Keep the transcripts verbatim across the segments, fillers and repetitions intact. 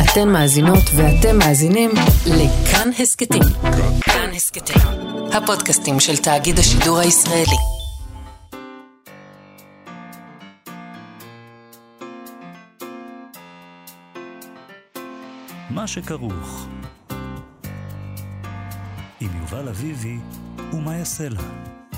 אתן מאזינות ואתם מאזינים לכאן הסקטים. כאן הסקטים, הפודקאסטים של תאגיד השידור הישראלי. מה שכרוך עם יובל אביבי ומה יעשה לה.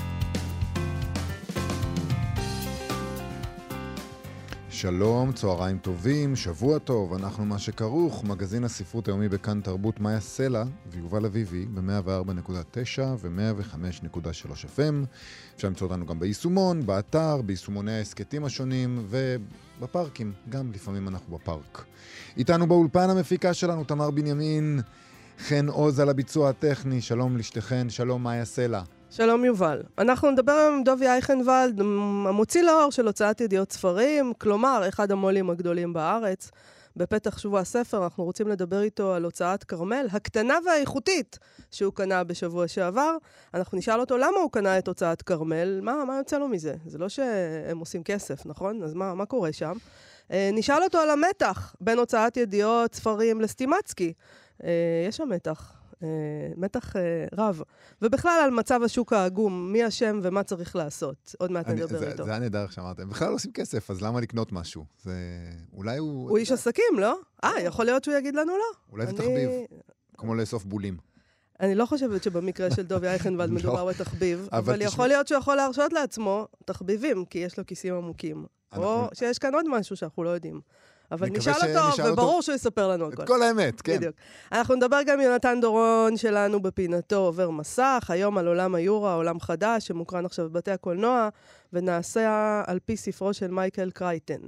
שלום, צהריים טובים, שבוע טוב, אנחנו מה שכרוך, מגזין הספרות היומי בכאן תרבות מה יעשה לה, ויובל אביבי ב-מאה וארבע נקודה תשע ו-מאה וחמש נקודה שלוש אף אם. אפשר למצוא אותנו גם ביישומון, באתר, ביישומוני ההסקטים השונים ובפארקים, גם לפעמים אנחנו בפארק. איתנו באולפן המפיקה שלנו תמר בנימין, חן עוז על הביצוע הטכני, שלום לשתכן, שלום מה יעשה לה. שלום יובל. אנחנו נדבר עם דובי אייכנוולד, המוציא לאור של הוצאת ידיעות ספרים, כלומר, אחד המולים הגדולים בארץ. בפתח שבוע הספר אנחנו רוצים לדבר איתו על הוצאת כרמל, הקטנה והאיכותית שהוא קנה בשבוע שעבר. אנחנו נשאל אותו למה הוא קנה את הוצאת כרמל, מה, מה יוצא לו מזה? זה לא שהם עושים כסף, נכון? אז מה, מה קורה שם? נשאל אותו על המתח בין הוצאת ידיעות ספרים לסטימצקי. יש שם מתח. מתח רב. ובכלל על מצב השוק העגום, מי השם ומה צריך לעשות. עוד מעט נדבר זה, איתו. זה הנהדר שאמרתם. בכלל לא עושים כסף, אז למה לקנות משהו? זה... אולי הוא... הוא איש עסקים, לא? אה, יכול להיות שהוא יגיד לנו לא. אולי זה אני... תחביב, כמו לאסוף בולים. אני לא חושבת שבמקרה של דובי אייכנוולד מדובר בתחביב, אבל יכול להיות שהוא יכול להרשות לעצמו תחביבים, כי יש לו כיסים עמוקים. או שיש כאן עוד משהו שאנחנו לא יודעים. אבל נשאל אותו, וברור שהוא יספר לנו הכל. את כל האמת, כן. בדיוק. אנחנו נדבר גם עם יונתן דורון שלנו בפינתו עובר מסך, היום על עולם היורה, עולם חדש, שמוקרן עכשיו בבתי הקולנוע, ונעשה על פי ספרו של מייקל קרייטן.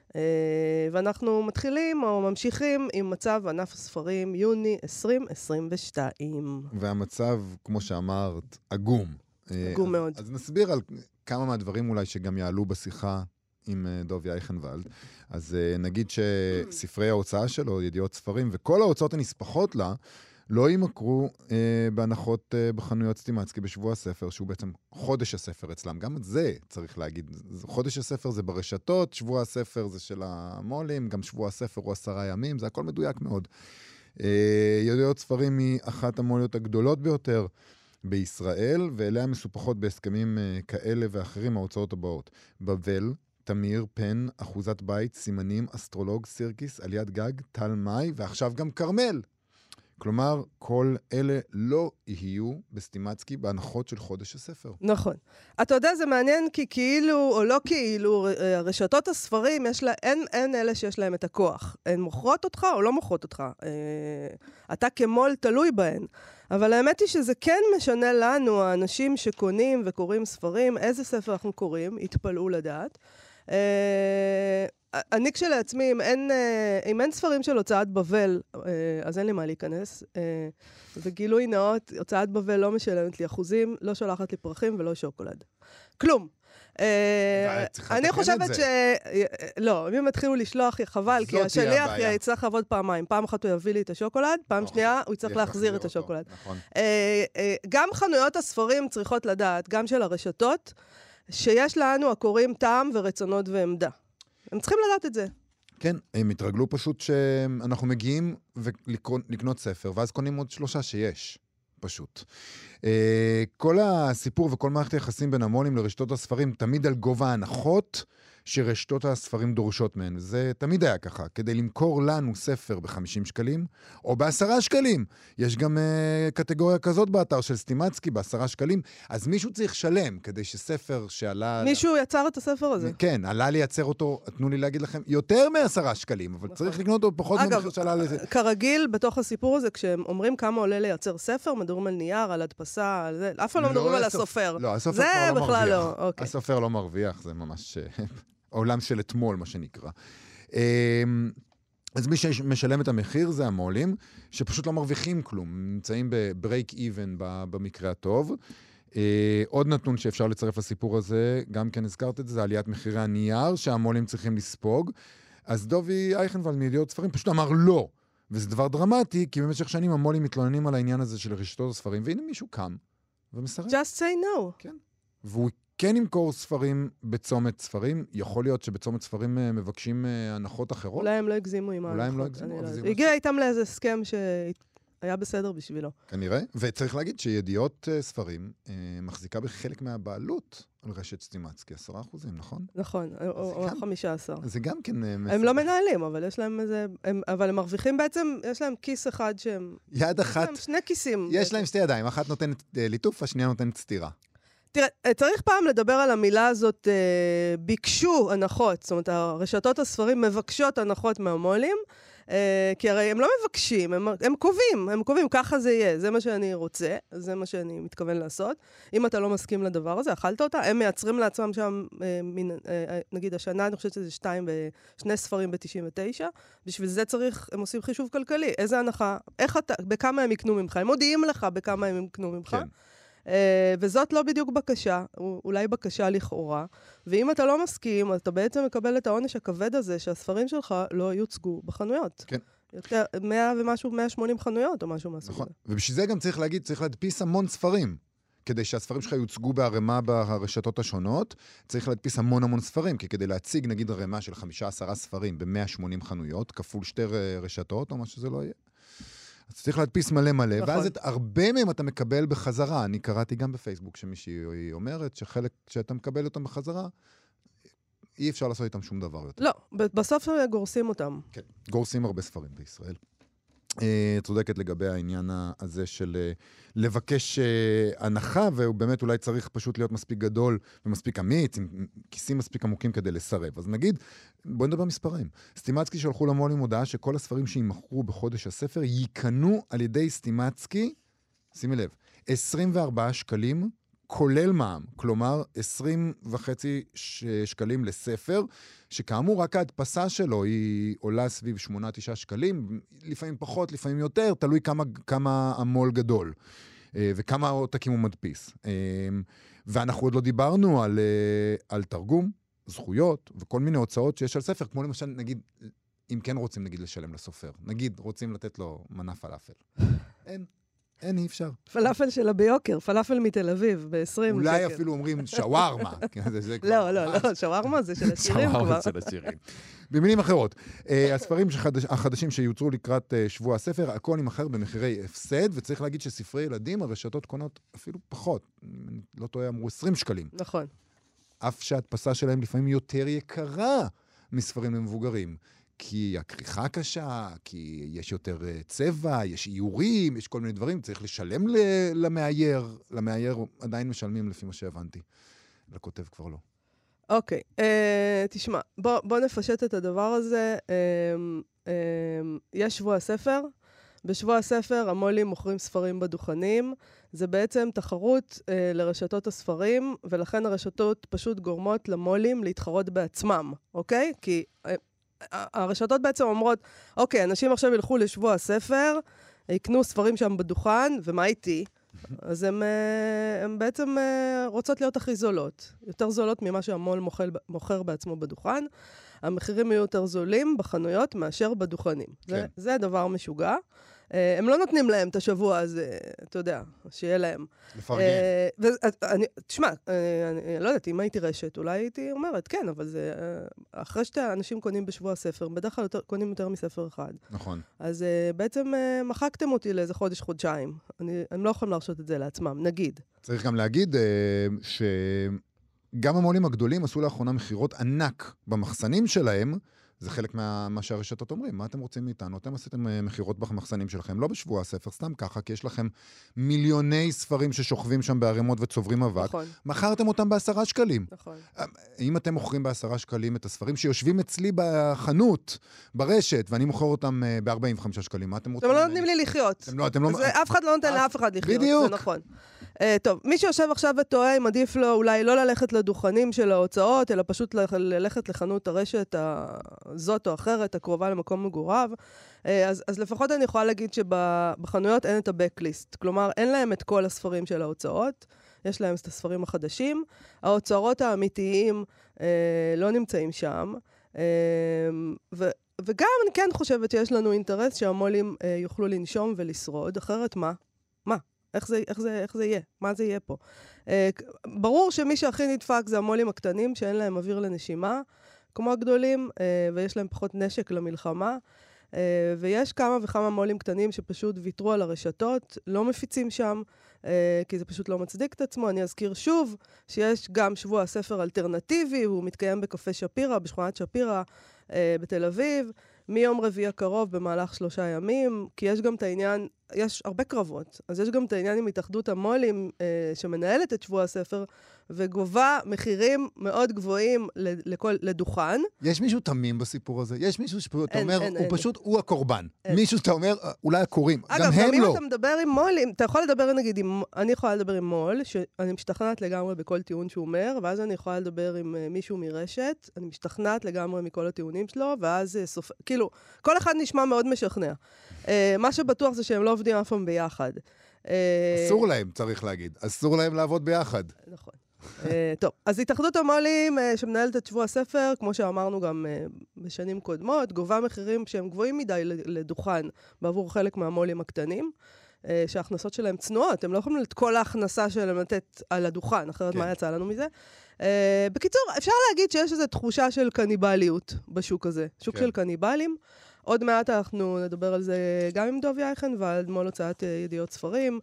ואנחנו מתחילים או ממשיכים עם מצב ענף הספרים יוני עשרים עשרים ושתיים. והמצב, כמו שאמרת, עגום. עגום מאוד. אז נסביר על כמה מהדברים אולי שגם יעלו בשיחה עם דובי אייכנוולד. אז נגיד שספרי ההוצאה שלו, ידיעות ספרים, וכל ההוצאות הנספחות לה, לא יימכרו אה, בהנחות אה, בחנויות סטימצקי בשבוע הספר, שהוא בעצם חודש הספר אצלם. גם את זה צריך להגיד. חודש הספר זה ברשתות, שבוע הספר זה של המולים, גם שבוע הספר הוא עשרה ימים, זה הכל מדויק מאוד. אה, ידיעות ספרים היא אחת המוליות הגדולות ביותר בישראל, ואליה מסופחות בהסכמים אה, כאלה ואחרים ההוצאות הבאות. בבל, תמיר, פן, אחוזת בית, סימנים, אסטרולוג, סירקיס, עליית גג, תל מי, ועכשיו גם כרמל. כלומר, כל אלה לא יהיו בסטימצקי בהנחות של חודש הספר. נכון. אתה יודע, זה מעניין כי כאילו, או לא כאילו, רשתות הספרים, יש לה, אין, אין אלה שיש להם את הכוח. הן מוכרות אותך או לא מוכרות אותך. אתה כמול תלוי בהן. אבל האמת היא שזה כן משנה לנו, האנשים שקונים וקוראים ספרים, איזה ספר אנחנו קוראים, התפלאו לדעת. אני כשלעצמי, אם אין, אם אין ספרים של הוצאת בבל, אז אין לי מה להיכנס. וגילוי נאות, הוצאת בבל לא משלמת לי אחוזים, לא שולחת לי פרחים ולא שוקולד. כלום. אני חושבת ש... לא, אם הם התחילו לשלוח, חבל, כי השליח יצטרך לעבוד פעמיים. פעם אחת הוא יביא לי את השוקולד, פעם שנייה הוא יצטרך להחזיר את השוקולד. גם חנויות הספרים צריכות לדעת, גם של הרשתות, שיש לנו הקוראים טעם ורצונות ועמדה. הם צריכים לדעת את זה. כן, הם התרגלו פשוט שאנחנו מגיעים לקנות ספר, ואז קונים עוד שלושה שיש, פשוט. כל הסיפור וכל מערכת היחסים בין המולים לרשתות הספרים, תמיד על גובה ההנחות שרשתות הספרים דורשות מהן. זה תמיד היה ככה. כדי למכור לנו ספר ב-חמישים שקלים, או ב-עשרה שקלים. יש גם uh, קטגוריה כזאת באתר של סטימצקי, ב-עשרה שקלים. אז מישהו צריך לשלם, כדי שספר שעלה... מישהו יצר את הספר הזה. כן, עלה לייצר אותו, תנו לי להגיד לכם, יותר מ-עשרה שקלים, אבל צריך לקנות אותו פחות ממחיר שעלה לזה. אגב, כרגיל, בתוך הסיפור הזה, כשהם אומרים כמה עולה לייצר ספר, מדברים על נייר, על הדפסה, על זה. אף פעם לא מדברים על הסופר. לא, הסופר זה בכלל לא. הסופר לא מרוויח, זה ממש... העולם של אתמול, מה שנקרא. אז מי שמשלם את המחיר זה המולים, שפשוט לא מרוויחים כלום, נמצאים בברייק איבן במקרה הטוב. עוד נתון שאפשר לצרף לסיפור הזה, גם כן הזכרת את זה, זה עליית מחירי הנייר, שהמולים צריכים לספוג. אז דובי אייכנוולד מידיעות ספרים פשוט אמר לא. וזה דבר דרמטי, כי במשך שנים המולים מתלוננים על העניין הזה של רשתות הספרים, והנה מישהו קם ומסרב. Just say no. כן. והוא כן נמכור ספרים בצומת ספרים, יכול להיות שבצומת ספרים מבקשים הנחות אחרות. אולי הם לא הגזימו עם ההנחות. אולי הם לא הגזימו. הגיע איתם לאיזה הסכם שהיה בסדר בשבילו. כנראה, וצריך להגיד שידיעות ספרים מחזיקה בחלק מהבעלות על רשת סטימצקי, עשרה אחוזים, נכון? נכון, או חמישה עשר. זה גם כן... הם לא מנהלים, אבל יש להם איזה... אבל הם מרוויחים בעצם, יש להם כיס אחד שהם... יד אחת... שני כיסים. יש להם שתי ידיים, אחת נותנת ליטוף, השנייה נותנת סתירה. תראה, צריך פעם לדבר על המילה הזאת, אה, ביקשו הנחות, זאת אומרת, הרשתות הספרים מבקשות הנחות מהמולים, אה, כי הרי הם לא מבקשים, הם, הם קובעים, הם קובעים, ככה זה יהיה, זה מה שאני רוצה, זה מה שאני מתכוון לעשות. אם אתה לא מסכים לדבר הזה, אכלת אותה, הם מייצרים לעצמם שם, אה, מין, אה, נגיד השנה, אני חושבת שזה שתיים, שני ספרים ב-תשעים ותשע, בשביל זה צריך, הם עושים חישוב כלכלי, איזה הנחה, איך אתה, בכמה הם יקנו ממך, הם מודיעים לך בכמה הם יקנו ממך. כן. Uh, וזאת לא בדיוק בקשה, אולי בקשה לכאורה, ואם אתה לא מסכים, אתה בעצם מקבל את העונש הכבד הזה שהספרים שלך לא יוצגו בחנויות. כן. יותר, מאה ומשהו, מאה ושמונים חנויות או משהו מהסוג. נכון, ובשביל זה גם צריך להגיד, צריך להדפיס המון ספרים, כדי שהספרים שלך יוצגו בהרמה ברשתות השונות, צריך להדפיס המון המון ספרים, כי כדי להציג נגיד הרמה של חמישה עשרה ספרים ב-מאה ושמונים חנויות, כפול שתי רשתות או מה שזה לא יהיה. אז צריך להדפיס מלא מלא, נכון. ואז את הרבה מהם אתה מקבל בחזרה. אני קראתי גם בפייסבוק שמישהי אומרת שחלק שאתה מקבל אותם בחזרה, אי אפשר לעשות איתם שום דבר יותר. לא, בסוף גורסים אותם. כן, גורסים הרבה ספרים בישראל. צודקת לגבי העניין הזה של לבקש הנחה, והוא באמת אולי צריך פשוט להיות מספיק גדול ומספיק אמיץ, עם כיסים מספיק עמוקים כדי לסרב. אז נגיד, בואו נדבר מספרים. סטימצקי שלחו למולים הודעה שכל הספרים שימכרו בחודש הספר יקנו על ידי סטימצקי, שימי לב, עשרים וארבעה שקלים, כולל מע"מ, כלומר עשרים וחצי שקלים לספר, שכאמור רק ההדפסה שלו היא עולה סביב שמונה תשעה שקלים, לפעמים פחות, לפעמים יותר, תלוי כמה, כמה המול גדול, וכמה עותקים הוא מדפיס. ואנחנו עוד לא דיברנו על, על תרגום, זכויות, וכל מיני הוצאות שיש על ספר, כמו למשל, נגיד, אם כן רוצים נגיד לשלם לסופר, נגיד רוצים לתת לו מנה פלאפל. אין. אין, אי אפשר. פלאפל שלה ביוקר, פלאפל מתל אביב, ב-עשרים שקל. אולי אפילו אומרים שווארמה. לא, לא, לא, שווארמה זה של השירים כבר. שווארמה של השירים. במילים אחרות, הספרים החדשים שיוצרו לקראת שבוע הספר, הכל יימכר במחירי הפסד, וצריך להגיד שספרי ילדים, הרשתות קונות אפילו פחות, לא טועה, אמרו עשרים שקלים. נכון. אף שההדפסה שלהם לפעמים יותר יקרה מספרים למבוגרים. כי הכריכה קשה, כי יש יותר צבע, יש איורים, יש כל מיני דברים, צריך לשלם למאייר, למאייר עדיין משלמים לפי מה שהבנתי. לכותב כבר לא. אוקיי, אה, תשמע, בוא, בוא נפשט את הדבר הזה. אה, אה, יש שבוע הספר, בשבוע הספר המולים מוכרים ספרים בדוכנים, זה בעצם תחרות אה, לרשתות הספרים, ולכן הרשתות פשוט גורמות למולים להתחרות בעצמם, אוקיי? כי... אה, הרשתות בעצם אומרות, אוקיי, אנשים עכשיו ילכו לשבוע הספר, יקנו ספרים שם בדוכן, ומה איתי? אז הם, הם בעצם רוצות להיות הכי זולות. יותר זולות ממה שהמול מוכר, מוכר בעצמו בדוכן. המחירים יהיו יותר זולים בחנויות מאשר בדוכנים. כן. זה, זה דבר משוגע. הם לא נותנים להם את השבוע הזה, אתה יודע, שיהיה להם. לפרגן. ואני, תשמע, אני לא יודעת, אם הייתי רשת, אולי הייתי אומרת, כן, אבל זה, אחרי שאנשים קונים בשבוע הספר, בדרך כלל קונים יותר מספר אחד. נכון. אז בעצם מחקתם אותי לאיזה חודש, חודשיים. אני, הם לא יכולים להרשות את זה לעצמם, נגיד. צריך גם להגיד שגם המולים הגדולים עשו לאחרונה מחירות ענק במחסנים שלהם, זה חלק מה שהרשתות אומרים. מה אתם רוצים מאיתנו? אתם עשיתם מחירות במחסנים שלכם, לא בשבוע הספר, סתם ככה, כי יש לכם מיליוני ספרים ששוכבים שם בערימות וצוברים אבק. נכון. מכרתם אותם בעשרה שקלים. נכון. אם אתם מוכרים בעשרה שקלים את הספרים שיושבים אצלי בחנות, ברשת, ואני מוכר אותם ב-ארבעים וחמישה שקלים, מה אתם רוצים? אתם לא נותנים לי לחיות. אתם לא, אתם לא... אף אחד לא נותן לאף אחד לחיות. בדיוק. זה נכון. Uh, טוב, מי שיושב עכשיו וטועה, אם עדיף לו אולי לא ללכת לדוכנים של ההוצאות, אלא פשוט ללכת לחנות הרשת הזאת או אחרת, הקרובה למקום מגוריו. Uh, אז, אז לפחות אני יכולה להגיד שבחנויות אין את ה-backlist. כלומר, אין להם את כל הספרים של ההוצאות, יש להם את הספרים החדשים. ההוצאות האמיתיים uh, לא נמצאים שם. Uh, ו... וגם אני כן חושבת שיש לנו אינטרס שהמולים uh, יוכלו לנשום ולשרוד, אחרת מה? מה? איך זה, איך זה, איך זה יהיה? מה זה יהיה פה? ברור שמי שהכי נדפק זה המולים הקטנים, שאין להם אוויר לנשימה, כמו הגדולים, ויש להם פחות נשק למלחמה. ויש כמה וכמה מולים קטנים שפשוט ויתרו על הרשתות, לא מפיצים שם, כי זה פשוט לא מצדיק את עצמו. אני אזכיר שוב שיש גם שבוע ספר אלטרנטיבי, הוא מתקיים בקפה שפירה, בשכונת שפירה בתל אביב, מיום רביעי הקרוב במהלך שלושה ימים, כי יש גם את העניין, יש הרבה קרבות, אז יש גם את העניין עם התאחדות המולים אה, שמנהלת את שבוע הספר, וגובה מחירים מאוד גבוהים לכל, לדוכן. יש מישהו תמים בסיפור הזה? יש מישהו שאתה אומר, אין, הוא אין. פשוט, הוא הקורבן. אין. מישהו שאתה אומר, אולי הקוראים, גם אגב, הם גם לא. אם אתה מדבר עם מולים, אתה יכול לדבר נגיד עם, אני יכולה לדבר עם מול, שאני משתכנעת לגמרי בכל טיעון שהוא אומר, ואז אני יכולה לדבר עם מישהו מרשת, אני משתכנעת לגמרי מכל הטיעונים שלו, ואז סופ... כאילו, כל אחד נשמע מאוד משכנע. Uh, מה שבטוח זה שהם לא עובדים אף פעם ביחד. Uh, אסור להם, צריך להגיד. אסור להם לעבוד ביחד. נכון. uh, טוב, אז התאחדות המולים uh, שמנהלת את שבוע הספר, כמו שאמרנו גם uh, בשנים קודמות, גובה מחירים שהם גבוהים מדי לדוכן בעבור חלק מהמולים הקטנים, uh, שההכנסות שלהם צנועות, הם לא יכולים את כל ההכנסה שלהם לתת על הדוכן, אחרת כן. מה יצא לנו מזה? Uh, בקיצור, אפשר להגיד שיש איזו תחושה של קניבליות בשוק הזה, שוק כן. של קניבלים. עוד מעט אנחנו נדבר על זה גם עם דובי אייכנוולד, מול הוצאת ידיעות ספרים.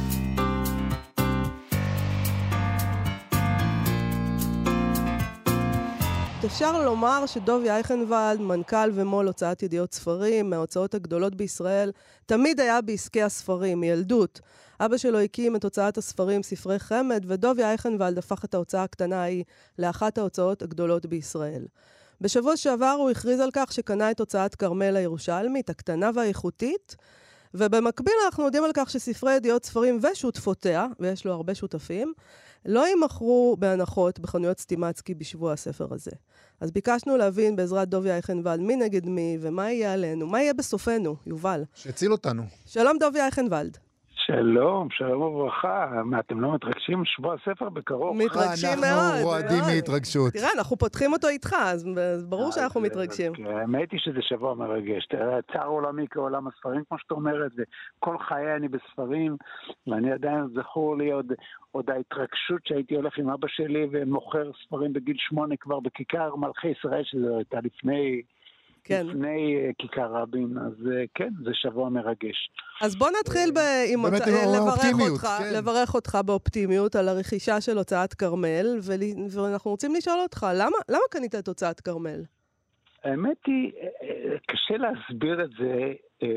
אפשר לומר שדובי אייכנוולד, מנכ"ל ומול הוצאת ידיעות ספרים, מההוצאות הגדולות בישראל, תמיד היה בעסקי הספרים, מילדות. אבא שלו הקים את הוצאת הספרים ספרי חמד, ודובי אייכנוולד הפך את ההוצאה הקטנה ההיא לאחת ההוצאות הגדולות בישראל. בשבוע שעבר הוא הכריז על כך שקנה את הוצאת כרמל הירושלמית, הקטנה והאיכותית, ובמקביל אנחנו יודעים על כך שספרי ידיעות ספרים ושותפותיה, ויש לו הרבה שותפים, לא יימכרו בהנחות בחנויות סטימצקי בשבוע הספר הזה. אז ביקשנו להבין בעזרת דובי אייכנוולד מי נגד מי ומה יהיה עלינו, מה יהיה בסופנו, יובל. שהציל אותנו. שלום דובי אייכנוולד. שלום, שלום וברכה. מה, אתם לא מתרגשים שבוע הספר בקרוב? מתרגשים מאוד. אנחנו רועדים מהתרגשות. תראה, אנחנו פותחים אותו איתך, אז ברור שאנחנו מתרגשים. האמת היא שזה שבוע מרגש. צער עולמי כעולם הספרים, כמו שאת אומרת, וכל חיי אני בספרים, ואני עדיין זכור לי עוד, עוד ההתרגשות שהייתי הולך עם אבא שלי ומוכר ספרים בגיל שמונה כבר בכיכר מלכי ישראל, שזה הייתה לפני... כן. לפני כיכר רבין, אז כן, זה שבוע מרגש. אז בוא נתחיל ב... עם באמת אותה... עם לברך האופטימיות, אותך, כן. לברך אותך באופטימיות על הרכישה של הוצאת כרמל, ול... ואנחנו רוצים לשאול אותך, למה, למה קנית את הוצאת כרמל? האמת היא, קשה להסביר את זה,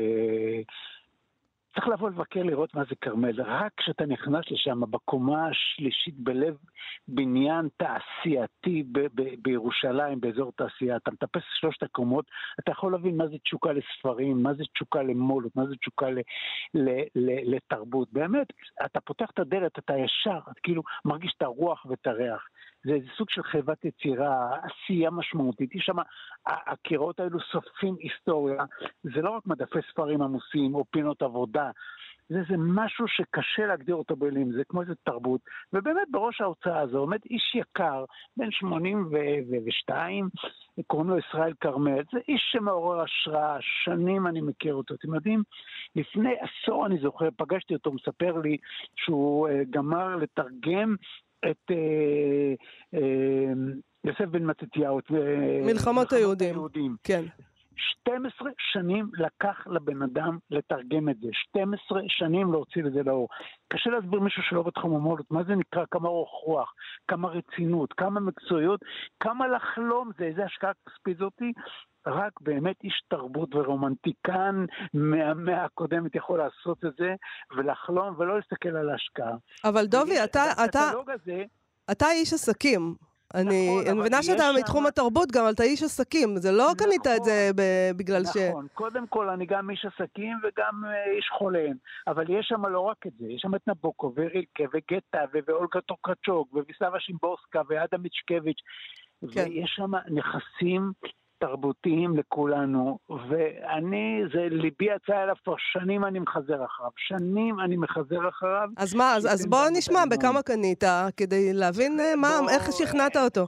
צריך לבוא לבקר לראות מה זה כרמל. רק כשאתה נכנס לשם, בקומה השלישית בלב בניין תעשייתי ב- ב- בירושלים, באזור תעשייה, אתה מטפס שלושת הקומות, אתה יכול להבין מה זה תשוקה לספרים, מה זה תשוקה למולות, מה זה תשוקה ל- ל- ל- לתרבות. באמת, אתה פותח את הדלת, אתה ישר, אתה כאילו מרגיש את הרוח ואת הריח. זה איזה סוג של חייבת יצירה, עשייה משמעותית. יש שם, הקירות האלו סופים היסטוריה. זה לא רק מדפי ספרים עמוסים או פינות עבודה. זה זה משהו שקשה להגדיר אותו במילים. זה כמו איזה תרבות. ובאמת בראש ההוצאה הזו עומד איש יקר, בן שמונים ושתיים, קוראים לו ישראל כרמל. זה איש שמעורר השראה. שנים אני מכיר אותו. אתם יודעים, לפני עשור אני זוכר, פגשתי אותו, מספר לי שהוא גמר לתרגם את אה, אה, יוסף בן מתתיהו, מלחמות היהודים. היהודים. כן. שתים עשרה שנים לקח לבן אדם לתרגם את זה. שתים עשרה שנים להוציא לזה לאור. קשה להסביר מישהו שלא בתחום המולות. מה זה נקרא? כמה רוח רוח, כמה רצינות, כמה מקצועיות, כמה לחלום זה. איזה השקעה כספית זאתי. רק באמת איש תרבות ורומנטיקן מהמאה הקודמת יכול לעשות את זה, ולחלום ולא להסתכל על ההשקעה. אבל דובי, אתה, אתה, הזה, אתה איש עסקים. אני נכון, מבינה שאתה מתחום התרבות גם, אבל אתה איש עסקים. זה לא נכון, קנית את זה בגלל נכון. ש... נכון, קודם כל אני גם איש עסקים וגם איש חולם. אבל יש שם לא רק את זה, יש שם את נבוקו ורילקה וגטה ואולגה טוקרצ'וק וויסלבה שימבורסקה ואדם מיצ'קביץ' כן. ויש שם נכסים תרבותיים לכולנו, ואני, זה ליבי יצא אליו כבר שנים אני מחזר אחריו, שנים אני מחזר אחריו. אז מה, אז, אז בוא נשמע בכמה קנית, כדי להבין מה, איך שכנעת אותו.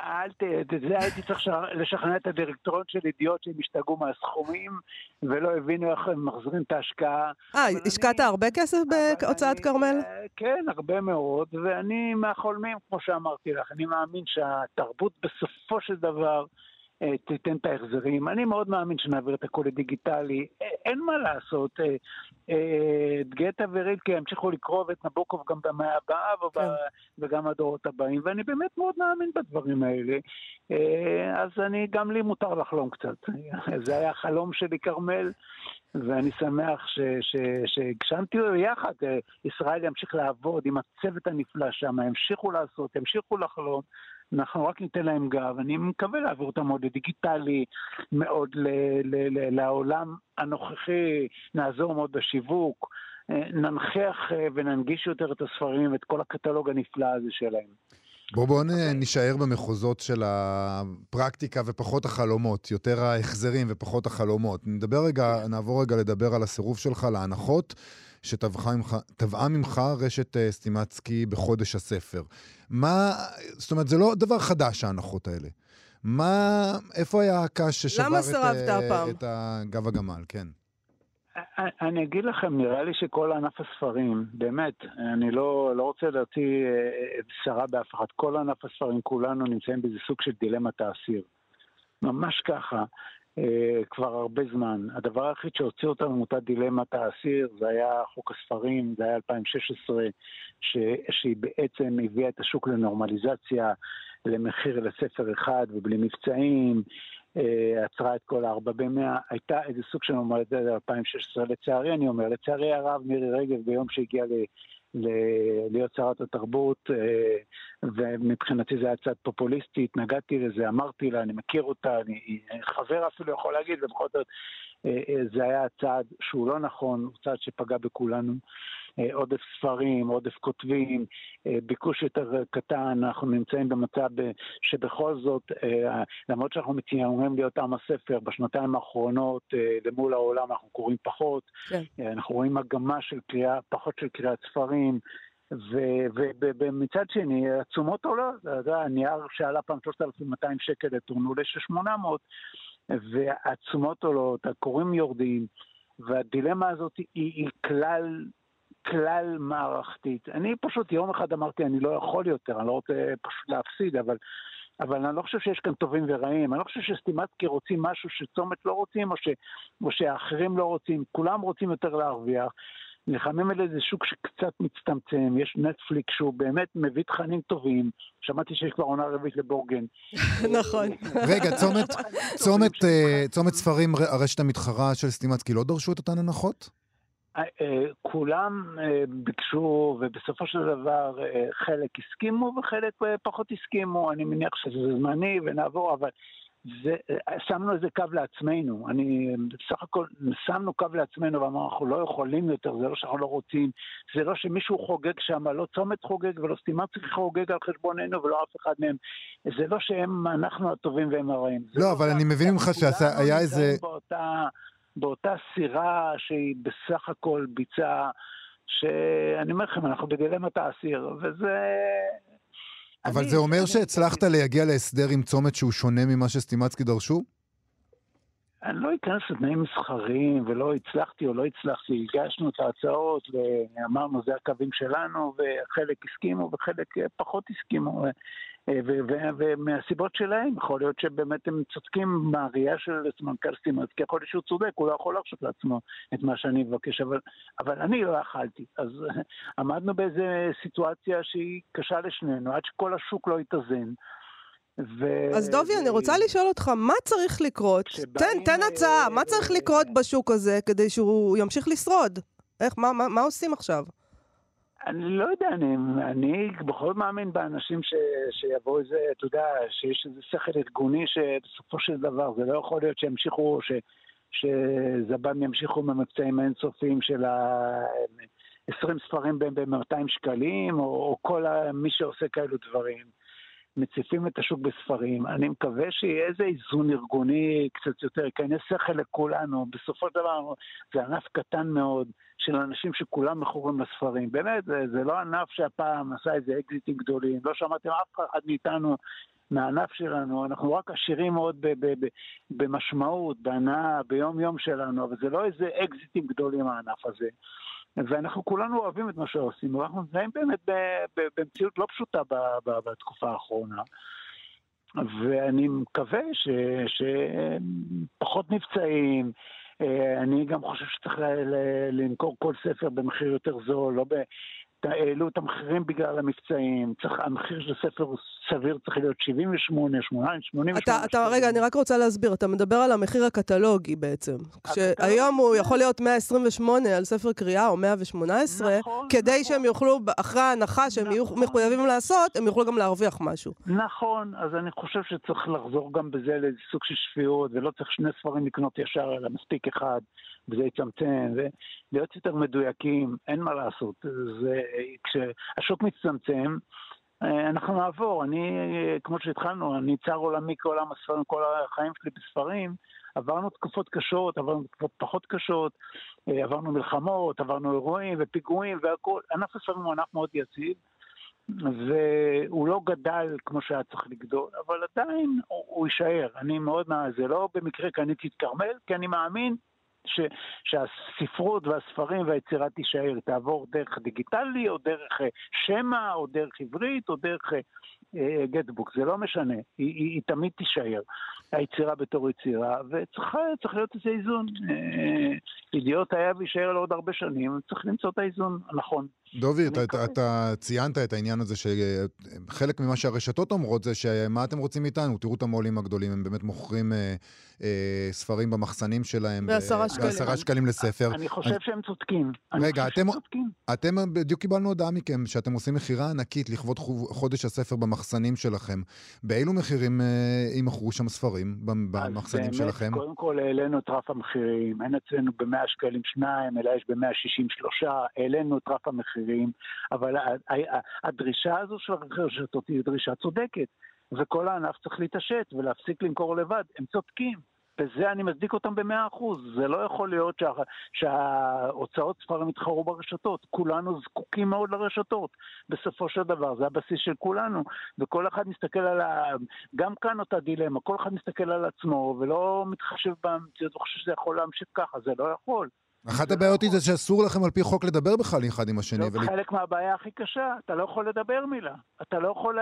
אל ת... זה הייתי צריך לשכנע את הדירקטוריון של ידיעות שהם השתגעו מהסכומים, ולא הבינו איך הם מחזירים את ההשקעה. אה, השקעת הרבה כסף בהוצאת כרמל? כן, הרבה מאוד, ואני מהחולמים, כמו שאמרתי לך, אני מאמין שהתרבות בסופו של דבר תיתן את ההחזרים. אני מאוד מאמין שנעביר את הכל לדיגיטלי. אין מה לעשות. גטה ורילקי ימשיכו לקרוא ואת נבוקוב גם במאה הבאה וגם הדורות הבאים, ואני באמת מאוד מאמין בדברים האלה. אז אני, גם לי מותר לחלום קצת. זה היה החלום שלי כרמל, ואני שמח שהגשמתי יחד. ישראל ימשיך לעבוד עם הצוות הנפלא שם, ימשיכו לעשות, ימשיכו לחלום. אנחנו רק ניתן להם גב, אני מקווה להעביר אותם מאוד לדיגיטלי, מאוד ל- ל- ל- לעולם הנוכחי, נעזור מאוד בשיווק, ננחח וננגיש יותר את הספרים ואת כל הקטלוג הנפלא הזה שלהם. בואו בואו נשאר במחוזות של הפרקטיקה ופחות החלומות, יותר ההחזרים ופחות החלומות. נדבר רגע, נעבור רגע לדבר על הסירוב שלך להנחות, שטבעה ממך רשת סטימצקי בחודש הספר. מה, זאת אומרת, זה לא דבר חדש ההנחות האלה. מה, איפה היה הקש ששבר את, את הגב הגמל, כן? אני אגיד לכם, נראה לי שכל ענף הספרים, באמת, אני לא, לא רוצה להוציא שרה באף אחד, כל ענף הספרים, כולנו נמצאים באיזה סוג של דילמת האסיר. ממש ככה. כבר הרבה זמן. הדבר היחיד שהוציא אותנו מאותה דילמת האסיר, זה היה חוק הספרים, זה היה אלפיים ושש עשרה, ש... שהיא בעצם הביאה את השוק לנורמליזציה, למחיר לספר אחד ובלי מבצעים, עצרה את כל הארבע במאה, הייתה איזה סוג של נורמליזציה ב-אלפיים ושש עשרה, לצערי אני אומר, לצערי הרב מירי רגב ביום שהגיע ל... להיות שרת התרבות, ומבחינתי זה היה צעד פופוליסטי, התנגדתי לזה, אמרתי לה, אני מכיר אותה, אני חבר אפילו יכול להגיד, ובכל זאת זה היה צעד שהוא לא נכון, הוא צעד שפגע בכולנו, עודף ספרים, עודף כותבים, ביקוש יותר קטן, אנחנו נמצאים במצב שבכל זאת, למרות שאנחנו מתיימרים להיות עם הספר, בשנתיים האחרונות למול העולם אנחנו קוראים פחות, כן. אנחנו רואים מגמה של קריאה, פחות של קריאת ספרים, ומצד שני, עצומות עולות, הנייר שעלה פעם שלושת אלפים ומאתיים שקל לטורנו ל-שמונה מאות, ועצומות עולות, הקוראים יורדים, והדילמה הזאת היא, היא כלל, כלל מערכתית. אני פשוט יום אחד אמרתי, אני לא יכול יותר, אני לא רוצה פשוט להפסיד, אבל, אבל אני לא חושב שיש כאן טובים ורעים, אני לא חושב שסטימצקי רוצים משהו שצומת לא רוצים, או, ש, או שהאחרים לא רוצים, כולם רוצים יותר להרוויח, נלחמים על איזה שוק שקצת מצטמצם, יש נטפליקס שהוא באמת מביא תכנים טובים, שמעתי שיש כבר עונה רביעית לבורגן. נכון. רגע, צומת, צומת, צומת ספרים, הרשת המתחרה של סטימצקי, לא דרשו את אותן הנחות? כולם ביקשו, ובסופו של דבר חלק הסכימו וחלק פחות הסכימו, אני מניח שזה זמני ונעבור, אבל זה, שמנו איזה קו לעצמנו, אני בסך הכל שמנו קו לעצמנו ואמרנו אנחנו לא יכולים יותר, זה לא שאנחנו לא רוצים, זה לא שמישהו חוגג שם, לא צומת חוגג ולא סטימצקי חוגג על חשבוננו ולא אף אחד מהם, זה לא שהם, אנחנו הטובים והם הרעים. לא, אבל אני מבין ממך שהיה איזה... באותה, באותה סירה שהיא בסך הכל ביצעה, שאני אומר לכם, אנחנו בדילמת האסיר, וזה... אבל זה אומר שהצלחת להגיע להסדר עם צומת שהוא שונה ממה שסטימצקי דרשו? אני לא אכנס לתנאים מסחריים, ולא הצלחתי או לא הצלחתי. הגשנו את ההצעות, ואמרנו, זה הקווים שלנו, וחלק הסכימו, וחלק פחות הסכימו. ומהסיבות שלהם, יכול להיות שבאמת הם צודקים מהראייה של סמנכ"ל סטימצקי, יכול להיות שהוא צודק, הוא לא יכול להרשות לעצמו את מה שאני מבקש, אבל, אבל אני לא יכלתי. אז עמדנו באיזו סיטואציה שהיא קשה לשנינו, עד שכל השוק לא יתאזן. ו... אז דובי, ו... אני רוצה לשאול אותך, מה צריך לקרות? תן, תן הצעה, מה צריך לקרות בשוק הזה כדי שהוא ימשיך לשרוד? איך, מה, מה, מה עושים עכשיו? אני לא יודע, אני, אני בכל מאמין באנשים ש, שיבואו איזה, אתה יודע, שיש איזה שכל ארגוני שבסופו של דבר זה לא יכול להיות שימשיכו, ש, שזב"ם ימשיכו ממבצעים אינסופיים של ה-עשרים ספרים ב-מאתיים שקלים, או, או כל מי שעושה כאלו דברים. מציפים את השוק בספרים. אני מקווה שיהיה איזה איזון ארגוני קצת יותר, ייכנס שכל לכולנו. בסופו של דבר זה ענף קטן מאוד של אנשים שכולם מכורים לספרים. באמת, זה, זה לא ענף שהפעם עשה איזה אקזיטים גדולים. לא שמעתם אף אחד מאיתנו מהענף שלנו. אנחנו רק עשירים מאוד ב- ב- ב- במשמעות, בהנאה, ביום יום שלנו, אבל זה לא איזה אקזיטים גדולים הענף הזה. ואנחנו כולנו אוהבים את מה שעושים, ואנחנו נמצאים באמת במציאות לא פשוטה בתקופה האחרונה. ואני מקווה שפחות נפצעים, אני גם חושב שצריך למכור כל ספר במחיר יותר זול, לא ב... העלו את המחירים בגלל המבצעים, צריך, המחיר של הספר הוא סביר, צריך להיות שבעים ושמונה, שמונים ושמונה. אתה, אתה, רגע, אני רק רוצה להסביר, אתה מדבר על המחיר הקטלוגי בעצם. כשהיום הוא יכול להיות מאה עשרים ושמונה על ספר קריאה, או מאה ושמונה עשרה, נכון, כדי נכון. שהם יוכלו, אחרי ההנחה שהם נכון. יהיו מחויבים לעשות, הם יוכלו גם להרוויח משהו. נכון, אז אני חושב שצריך לחזור גם בזה לאיזה סוג של שפיות, ולא צריך שני ספרים לקנות ישר, אלא מספיק אחד, וזה יצמצם, ולהיות יותר מדויקים, אין מה לעשות. זה, כשהשוק מצטמצם, אנחנו נעבור. אני, כמו שהתחלנו, אני צער עולמי כעולם הספרים, כל החיים שלי בספרים, עברנו תקופות קשות, עברנו תקופות פחות קשות, עברנו מלחמות, עברנו אירועים ופיגועים והכל. ענף הספרים הוא ענף מאוד יציב, והוא לא גדל כמו שהיה צריך לגדול, אבל עדיין הוא, הוא יישאר. אני מאוד מה, זה לא במקרה קניתי את קרמל, כי אני מאמין ש, שהספרות והספרים והיצירה תישאר, תעבור דרך דיגיטלי, או דרך שמה, או דרך עברית, או דרך אה, גטבוק, זה לא משנה, היא, היא, היא תמיד תישאר, היצירה בתור יצירה, וצריך להיות איזה איזון. אה, ידיעות היה וישאר לעוד הרבה שנים, צריך למצוא את האיזון הנכון. דובי, אתה, אתה, אתה ציינת את העניין הזה שחלק ממה שהרשתות אומרות זה שמה אתם רוצים מאיתנו? תראו את המו"לים הגדולים, הם באמת מוכרים אה, אה, ספרים במחסנים שלהם. בעשרה שקלים. בעשרה שקלים לספר. אני חושב אני... שהם צודקים. רגע, אתם, אתם בדיוק קיבלנו הודעה מכם שאתם עושים מחירה ענקית לכבוד חודש הספר במחסנים שלכם. באילו מחירים אה, ימכרו שם ספרים במחסנים באמת, שלכם? קודם כל העלינו את רף המחירים, אין אצלנו ב-מאה שקלים שניים, אלא יש ב-מאה שישים ושלוש, העלינו את רף המחירים, אבל הדרישה הזו של הרשתות היא דרישה צודקת, וכל הענף צריך להתעשת ולהפסיק למכור לבד, הם צודקים. בזה אני מצדיק אותם במאה אחוז. זה לא יכול להיות שה, שההוצאות ספרים יתחרו ברשתות. כולנו זקוקים מאוד לרשתות. בסופו של דבר, זה הבסיס של כולנו. וכל אחד מסתכל על ה... גם כאן אותה דילמה. כל אחד מסתכל על עצמו ולא מתחשב במציאות וחושב שזה יכול להמשיך ככה. זה לא יכול. אחת הבעיות היא זה שאסור לכם על פי חוק לדבר בכלל אחד עם השני. זה חלק מהבעיה הכי קשה, אתה לא יכול לדבר מילה, אתה לא יכול,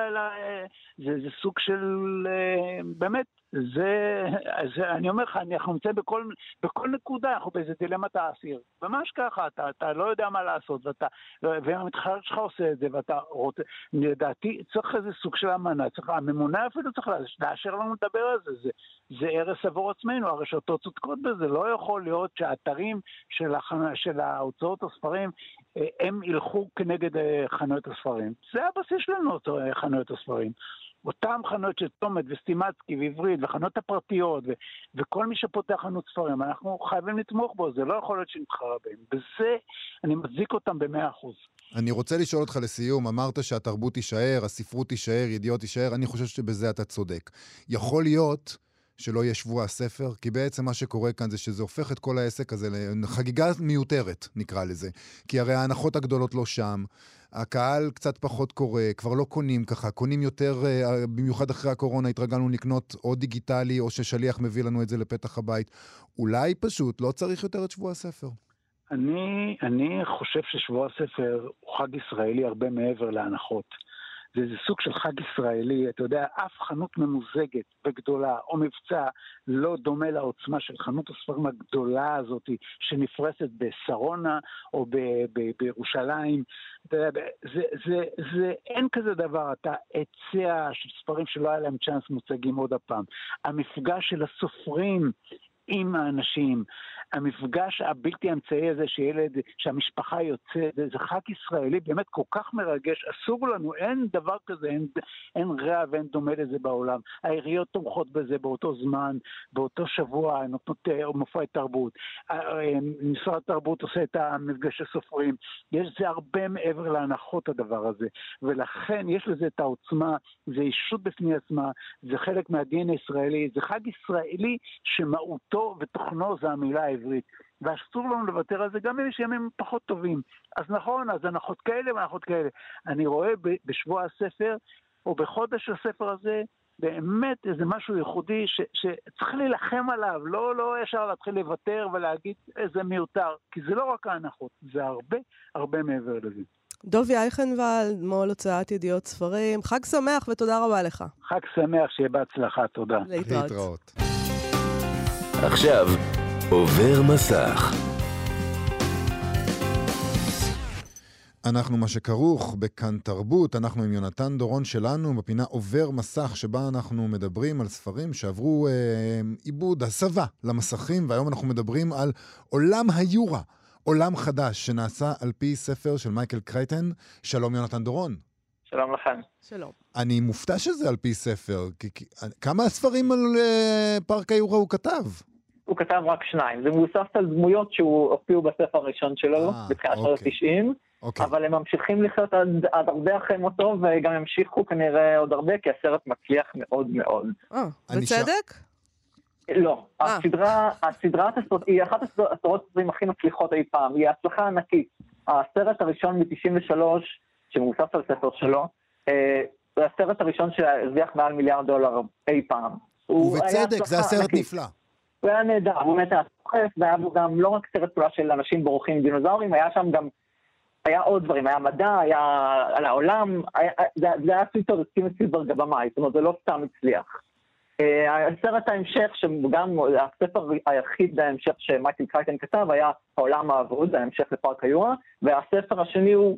זה סוג של, באמת, זה, אני אומר לך, אנחנו נמצאים בכל נקודה, אנחנו באיזה דילמת האסיר, ממש ככה, אתה לא יודע מה לעשות, והמתחר שלך עושה את זה, ואתה רוצה, לדעתי, צריך איזה סוג של אמנה, הממונה אפילו צריך לאשר לנו לדבר על זה, זה ערש עבור עצמנו, הרשתות צודקות בזה, לא יכול להיות שהאתרים של, הח... של ההוצאות הספרים, הם ילכו כנגד חנויות הספרים. זה הבסיס שלנו, חנויות הספרים. אותם חנויות של תומת וסטימצקי ועברית, וחנויות הפרטיות, ו... וכל מי שפותח חנות ספרים, אנחנו חייבים לתמוך בו, זה לא יכול להיות שנתחרה בהם. בזה אני מצדיק אותם במאה אחוז. אני רוצה לשאול אותך לסיום, אמרת שהתרבות תישאר, הספרות תישאר, ידיעות תישאר, אני חושב שבזה אתה צודק. יכול להיות שלא יהיה שבוע הספר, כי בעצם מה שקורה כאן זה שזה הופך את כל העסק הזה לחגיגה מיותרת, נקרא לזה. כי הרי ההנחות הגדולות לא שם, הקהל קצת פחות קורא, כבר לא קונים ככה, קונים יותר, במיוחד אחרי הקורונה התרגלנו לקנות או דיגיטלי, או ששליח מביא לנו את זה לפתח הבית. אולי פשוט לא צריך יותר את שבוע הספר. אני, אני חושב ששבוע הספר הוא חג ישראלי הרבה מעבר להנחות. זה איזה סוג של חג ישראלי, אתה יודע, אף חנות ממוזגת וגדולה או מבצע לא דומה לעוצמה של חנות הספרים הגדולה הזאת שנפרסת בסרונה או ב- ב- בירושלים. אתה יודע, זה, זה, זה, אין כזה דבר, אתה היצע של ספרים שלא היה להם צ'אנס מוצגים עוד הפעם. המפגש של הסופרים עם האנשים, המפגש הבלתי אמצעי הזה שילד, שהמשפחה יוצאת, זה חג ישראלי באמת כל כך מרגש, אסור לנו, אין דבר כזה, אין, אין רע ואין דומה לזה בעולם. העיריות תומכות בזה באותו זמן, באותו שבוע, נותנות מופעי תרבות. משרד התרבות עושה את המפגש הסופרים. יש זה הרבה מעבר להנחות הדבר הזה, ולכן יש לזה את העוצמה, זה אישות בפני עצמה, זה חלק מהדין הישראלי, זה חג ישראלי שמהותו ותוכנו זה המילה העברית, ואסור לנו לוותר על זה גם אם יש ימים פחות טובים. אז נכון, אז הנחות כאלה והנחות כאלה. אני רואה בשבוע הספר, או בחודש הספר הזה, באמת איזה משהו ייחודי ש, שצריך להילחם עליו, לא, לא ישר להתחיל לוותר ולהגיד איזה מיותר, כי זה לא רק ההנחות, זה הרבה, הרבה מעבר לזה. דובי אייכנוולד, מול הוצאת ידיעות ספרים, חג שמח ותודה רבה לך. חג שמח, שיהיה בהצלחה, תודה. להתראות. להתראות. עכשיו עובר מסך. אנחנו מה שכרוך בכאן תרבות, אנחנו עם יונתן דורון שלנו בפינה עובר מסך, שבה אנחנו מדברים על ספרים שעברו אה, עיבוד, הסבה למסכים, והיום אנחנו מדברים על עולם היורה, עולם חדש שנעשה על פי ספר של מייקל קרייטן. שלום יונתן דורון. שלום לכם. שלום. אני מופתע שזה על פי ספר, כי, כי, כמה ספרים על אה, פארק היורה הוא כתב? הוא כתב רק שניים, זה מבוסס על דמויות שהוא הופיעו בספר הראשון שלו, בתחילת שנות ה-תשעים, אוקיי. אבל הם ממשיכים לחיות עד, עד הרבה אחרי מותו, וגם המשיכו כנראה עוד הרבה, כי הסרט מצליח מאוד מאוד. אה, בצדק? לא, הסדרה, הסדרה היא אחת הסדרות הספרים הכי מצליחות אי פעם, היא הצלחה ענקית. הסרט הראשון מ-תשעים ושלוש, שמבוסס על ספר שלו, זה הסרט הראשון שהרוויח מעל מיליארד דולר אי פעם. ובצדק, זה הסרט נפלא. הוא היה נהדר, הוא באמת היה סוחף, והיה בו גם לא רק סרט פעולה של אנשים בורחים דינוזאורים, היה שם גם, היה עוד דברים, היה מדע, היה על העולם, היה, זה, זה היה סרט סטיבן ספילברג הבמאי, זאת אומרת, זה לא סתם הצליח. הסרט ההמשך, שגם הספר היחיד ההמשך שמייקל קרייטן כתב, היה העולם האבוד, ההמשך לפארק היורה, והספר השני הוא,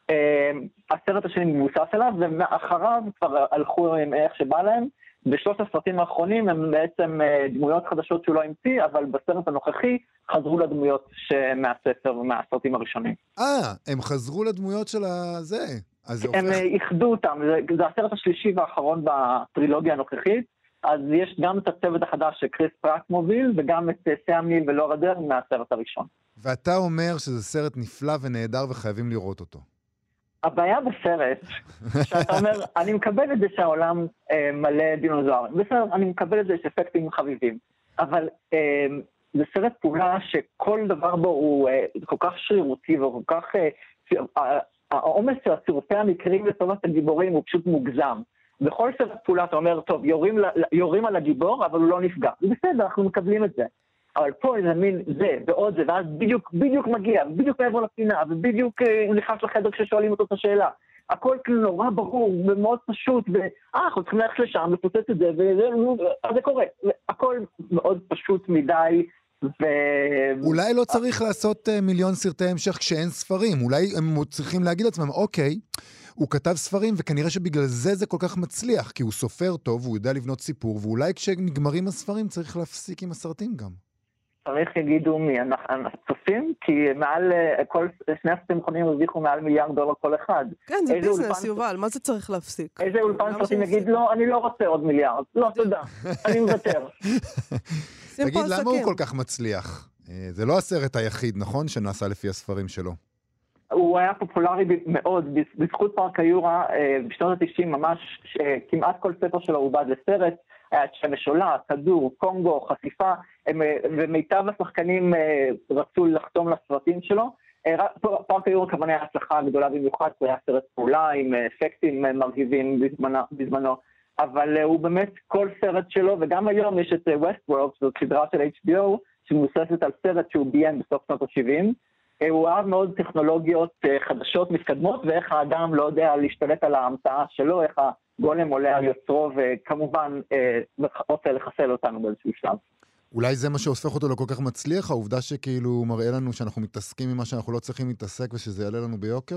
הסרט השני מבוסס עליו, ואחריו כבר הלכו עם איך שבא להם, בשלושת הסרטים האחרונים הם בעצם דמויות חדשות שהוא לא המציא, אבל בסרט הנוכחי חזרו לדמויות מהספר ומהסרטים הראשונים. אה, הם חזרו לדמויות של הזה. הם איחדו אותם, זה, זה הסרט השלישי והאחרון בטרילוגיה הנוכחית, אז יש גם את הצוות החדש שקריס פרק מוביל, וגם את סאם ניל ולורה דרן מהסרט הראשון. ואתה אומר שזה סרט נפלא ונהדר וחייבים לראות אותו. הבעיה בסרט, שאתה אומר, אני מקבל את זה שהעולם אה, מלא דינוזאורים. בסדר, אני מקבל את זה שאפקטים חביבים. אבל אה, זה סרט פעולה שכל דבר בו הוא אה, כל כך שרירותי וכל כך... אה, העומס של הצירופי המקרים לטובת הגיבורים הוא פשוט מוגזם. בכל סרט פעולה אתה אומר, טוב, יורים, יורים על הגיבור, אבל הוא לא נפגע. זה בסדר, אנחנו מקבלים את זה. אבל פה איזה מין זה ועוד זה, ואז בדיוק, בדיוק מגיע, בדיוק מעבר לפינה, ובדיוק הוא נכנס לחדר כששואלים אותו את השאלה. הכל כאילו נורא ברור ומאוד פשוט, ואה, אנחנו צריכים ללכת לשם, לפוצץ את זה, וזה קורה. הכל מאוד פשוט מדי, ו... אולי לא צריך לעשות מיליון סרטי המשך כשאין ספרים, אולי הם צריכים להגיד לעצמם, אוקיי, הוא כתב ספרים, וכנראה שבגלל זה זה כל כך מצליח, כי הוא סופר טוב, הוא יודע לבנות סיפור, ואולי כשנגמרים הספרים צריך להפסיק עם הסרטים גם. צריך יגידו מי, הצופים, כי מעל, כל, שני הסרטים האחרונים הרוויחו מעל מיליארד דולר כל אחד. כן, זה ביזנס, יובל, מה זה צריך להפסיק? איזה אולפן סרטים יגיד, לא, אני לא רוצה עוד מיליארד. לא, תודה, אני מוותר. תגיד, למה הוא כל כך מצליח? זה לא הסרט היחיד, נכון, שנעשה לפי הספרים שלו? הוא היה פופולרי מאוד, בזכות פארק היורה, בשנות ה-תשעים ממש, כמעט כל ספר שלו עובד לסרט, היה את שמש עולה, כדור, קונגו, חשיפה, ומיטב השחקנים רצו לחתום לסרטים שלו. פארק היורה כמובן היה הצלחה גדולה במיוחד, הוא היה סרט פעולה עם אפקטים מרהיבים בזמנו, אבל הוא באמת כל סרט שלו, וגם היום יש את Westworld, זאת סדרה של אייץ' בי או, שמבוססת על סרט שהוא ביים בסוף שנות ה-שבעים. הוא אהב מאוד טכנולוגיות חדשות מתקדמות, ואיך האדם לא יודע להשתלט על ההמצאה שלו, איך הגולם עולה על יוצרו, וכמובן רוצה לחסל אותנו באיזשהו שלב. אולי זה מה שהופך אותו לכל כך מצליח, העובדה שכאילו מראה לנו שאנחנו מתעסקים עם מה שאנחנו לא צריכים להתעסק, ושזה יעלה לנו ביוקר?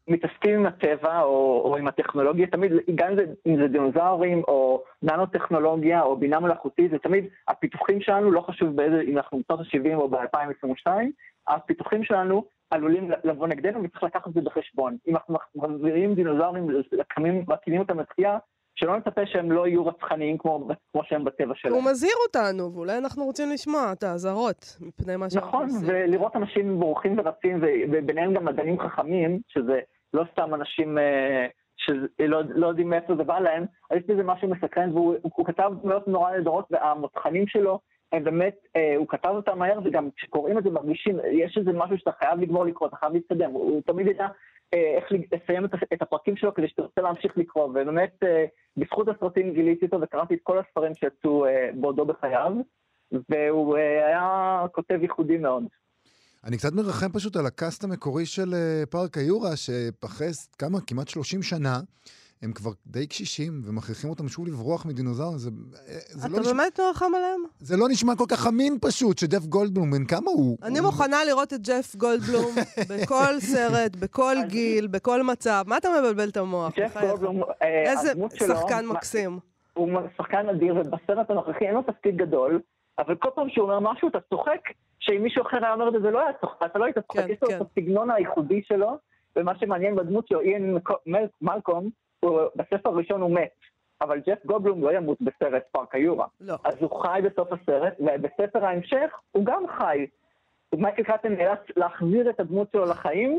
מתעסקים עם הטבע או, או עם הטכנולוגיה, תמיד, גם אם זה, אם זה דינוזאורים או ננו-טכנולוגיה או בינה מלאכותית, זה תמיד הפיתוחים שלנו, לא חשוב באיזה, אם אנחנו בשנות ה-שבעים או ב-אלפיים עשרים ושתיים, הפיתוחים שלנו עלולים לבוא נגדנו וצריך לקחת את זה בחשבון. אם אנחנו מחזירים דינוזאורים, מקימים אותם לתחייה, שלא נצפה שהם לא יהיו רצחניים כמו, כמו שהם בטבע שלהם. הוא מזהיר אותנו, ואולי אנחנו רוצים לשמוע את האזהרות מפני מה שאנחנו נכון, עושים. ולראות אנשים בורחים ורצים, וביניהם גם מדענים חכמים, שזה לא סתם אנשים אה, שלא לא יודעים מאיפה זה בא להם, אז יש בזה משהו מסקרן, והוא הוא כתב מאוד נורא נדרות, והמותחנים שלו, הם באמת, אה, הוא כתב אותם מהר, וגם כשקוראים את זה מרגישים, יש איזה משהו שאתה חייב לגמור לקרוא, אתה חייב להתקדם, הוא, הוא תמיד ידע אה, איך לסיים את, את הפרקים שלו, כדי שתרצה להמשיך לקרוא, ובאמת, אה, בזכות הסרטים גיליתי אותו, וקראתי את כל הספרים שיצאו אה, בעודו בחייו, והוא אה, היה כותב ייחודי מאוד. אני קצת מרחם פשוט על הקאסט המקורי של uh, פארק היורה, שפחד כמה, כמעט שלושים שנה, הם כבר די קשישים, ומכריחים אותם שוב לברוח מדינוזאורים. זה, זה אתה לא באמת נשמע, מרחם עליהם? זה לא נשמע כל כך אמין פשוט, שג'ף גולדבלום, בין כמה הוא? אני הוא... מוכנה לראות את ג'ף גולדבלום בכל סרט, בכל גיל, בכל מצב. מה אתה מבלבל את המוח? ג'ף גולדבלום, איזה הדמות שלו, שחקן מקסים. הוא שחקן אדיר, ובסרט הנוכחי אין לו תפקיד גדול, אבל כל פעם שהוא אומר משהו, אתה צוחק, שאם מישהו אחר היה אומר את זה, זה לא היה צוחק, אתה לא היית צוחק, כן, יש לו כן. את הסגנון הייחודי שלו, ומה שמעניין בדמות שלו, איין מלקום, בספר הראשון הוא מת, אבל ג'ף גולדבלום לא ימות בסרט פארק היורה. לא. אז הוא חי בסוף הסרט, ובספר ההמשך הוא גם חי. מייקל קרטן נאלץ להחזיר את הדמות שלו לחיים,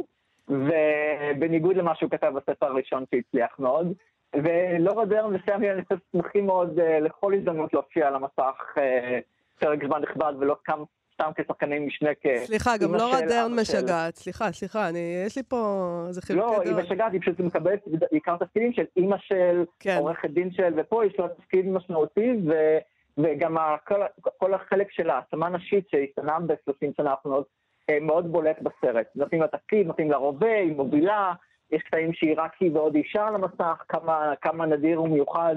ובניגוד למה שהוא כתב בספר הראשון שהצליח מאוד, ולא רדר וסמי אני חושב שמחים מאוד uh, לכל הזדמנות להופיע על המסך uh, פרק זמן נכבד ולא כמה סתם כשחקנים משנה כ... סליחה, גם לא רדרן משגעת. סליחה, סליחה, אני, יש לי פה איזה חילוקי דעות. לא, היא משגעת, היא פשוט מקבלת עיקר תפקידים של אימא של, כן. עורכת דין של, ופה יש לו תפקיד משמעותי, ו, וגם כל, כל החלק של העצמה נשית שהשתנה ב-שלושים שנה האחרונות, מאוד בולט בסרט. נותנים לה תפקיד, נותנים לה רובה, היא מובילה, יש קטעים שהיא רק היא ועוד אישה על המסך, כמה, כמה נדיר ומיוחד,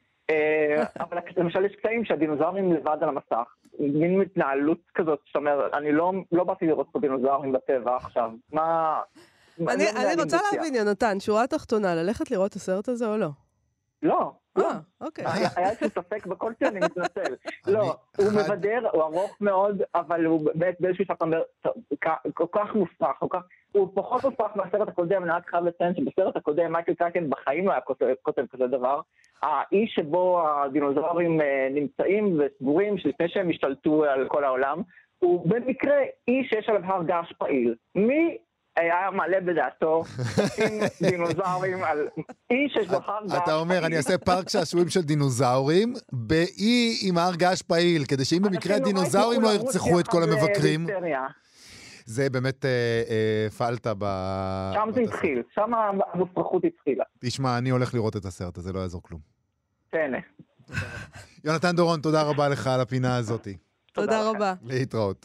אבל למשל יש קטעים שהדינוזאורים לבד על המסך, מין מתנהלות כזאת, זאת אומרת, אני לא, לא באתי לראות פה דינוזאורים בטבע עכשיו, מה... אני, אני רוצה להבין, יונתן, שורה תחתונה, ללכת לראות את הסרט הזה או לא? לא. לא. אה, אוקיי. היה איזה ספק בכל שאני מתנצל. לא, הוא מבדר, הוא ארוך מאוד, אבל הוא באמת באיזשהו שפט אומר, כל כך מופרך, הוא פחות מופרך מהסרט הקודם, אני רק חייב לציין שבסרט הקודם מייקל קרטן בחיים לא היה כותב כזה דבר. האיש שבו הדינוזאורים נמצאים וסגורים, שלפני שהם השתלטו על כל העולם, הוא במקרה איש שיש עליו הר געש פעיל. מי היה מעלה בדעתו עם דינוזאורים על איש שיש בו הר געש פעיל? אתה אומר, אני אעשה פארק שעשועים של דינוזאורים, באי עם הר געש פעיל, כדי שאם במקרה הדינוזאורים לא ירצחו את כל המבקרים. זה באמת פעלת ב... שם זה התחיל, שם המופרכות התחילה. תשמע, אני הולך לראות את הסרט הזה, לא יעזור כלום. תהנה. יונתן דורון, תודה רבה לך על הפינה הזאת. תודה רבה. להתראות.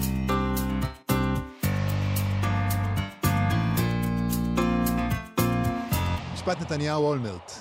משפט נתניהו אולמרט.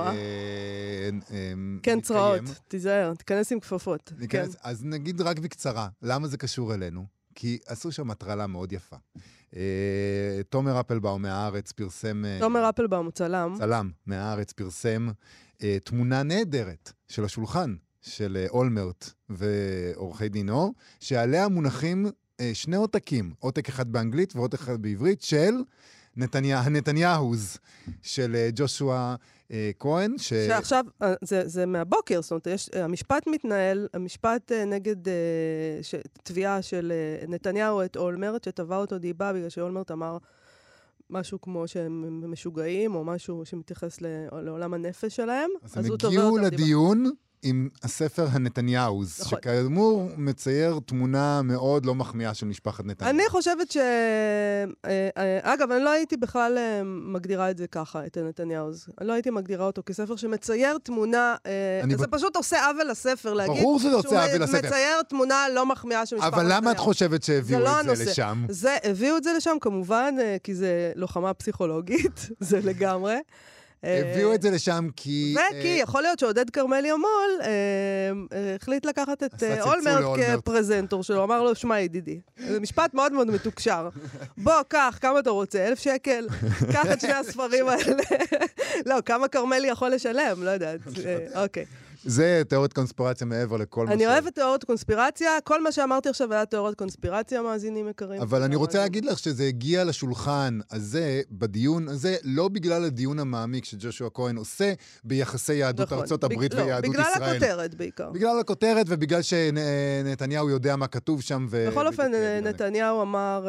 כן, צרעות, תיזהר, תיכנס עם כפפות. אז נגיד רק בקצרה, למה זה קשור אלינו? כי עשו שם מטרלה מאוד יפה. תומר אפלבאום מהארץ פרסם... תומר אפלבאום הוא צלם. צלם מהארץ פרסם תמונה נהדרת של השולחן של אולמרט ועורכי דינו, שעליה מונחים שני עותקים, עותק אחד באנגלית ועותק אחד בעברית, של הנתניהוז, של ג'ושוע כהן. ש... שעכשיו, זה, זה מהבוקר, זאת אומרת, יש, המשפט מתנהל, המשפט נגד ש, תביעה של נתניהו את אולמרט, שטבע אותו דיבה, בגלל שאולמרט אמר משהו כמו שהם משוגעים, או משהו שמתייחס לעולם הנפש שלהם. אז, אז הם הגיעו לדיון דיבה. עם הספר הנתניהוז, נכון. שכאמור מצייר תמונה מאוד לא מחמיאה של משפחת נתניהו. אני חושבת ש... אגב, אני לא הייתי בכלל מגדירה את זה ככה, את הנתניהוז. אני לא הייתי מגדירה אותו כספר שמצייר תמונה... זה ב... פשוט עושה עוול לספר, להגיד... ברור שזה עושה עוול לספר. שהוא מצייר תמונה לא מחמיאה של משפחת נתניהו. אבל למה נתניהו? את חושבת שהביאו זה את לא זה לשם? זה, הביאו את זה לשם כמובן, כי זה לוחמה פסיכולוגית, זה לגמרי. הביאו את זה לשם כי... וכי יכול להיות שעודד קרמלי המול החליט לקחת את אולמרט כפרזנטור שלו, אמר לו, שמע ידידי, זה משפט מאוד מאוד מתוקשר. בוא, קח, כמה אתה רוצה? אלף שקל? קח את שני הספרים האלה. לא, כמה קרמלי יכול לשלם? לא יודעת. אוקיי. זה תיאוריות קונספירציה מעבר לכל מה ש... אני אוהבת תיאוריות קונספירציה, כל מה שאמרתי עכשיו היה תיאוריות קונספירציה, מאזינים יקרים. אבל אני רוצה להגיד לך שזה הגיע לשולחן הזה, בדיון הזה, לא בגלל הדיון המעמיק שג'ושוע כהן עושה ביחסי יהדות ארצות הברית ויהדות ישראל. בגלל הכותרת בעיקר. בגלל הכותרת ובגלל שנתניהו יודע מה כתוב שם. בכל אופן, נתניהו אמר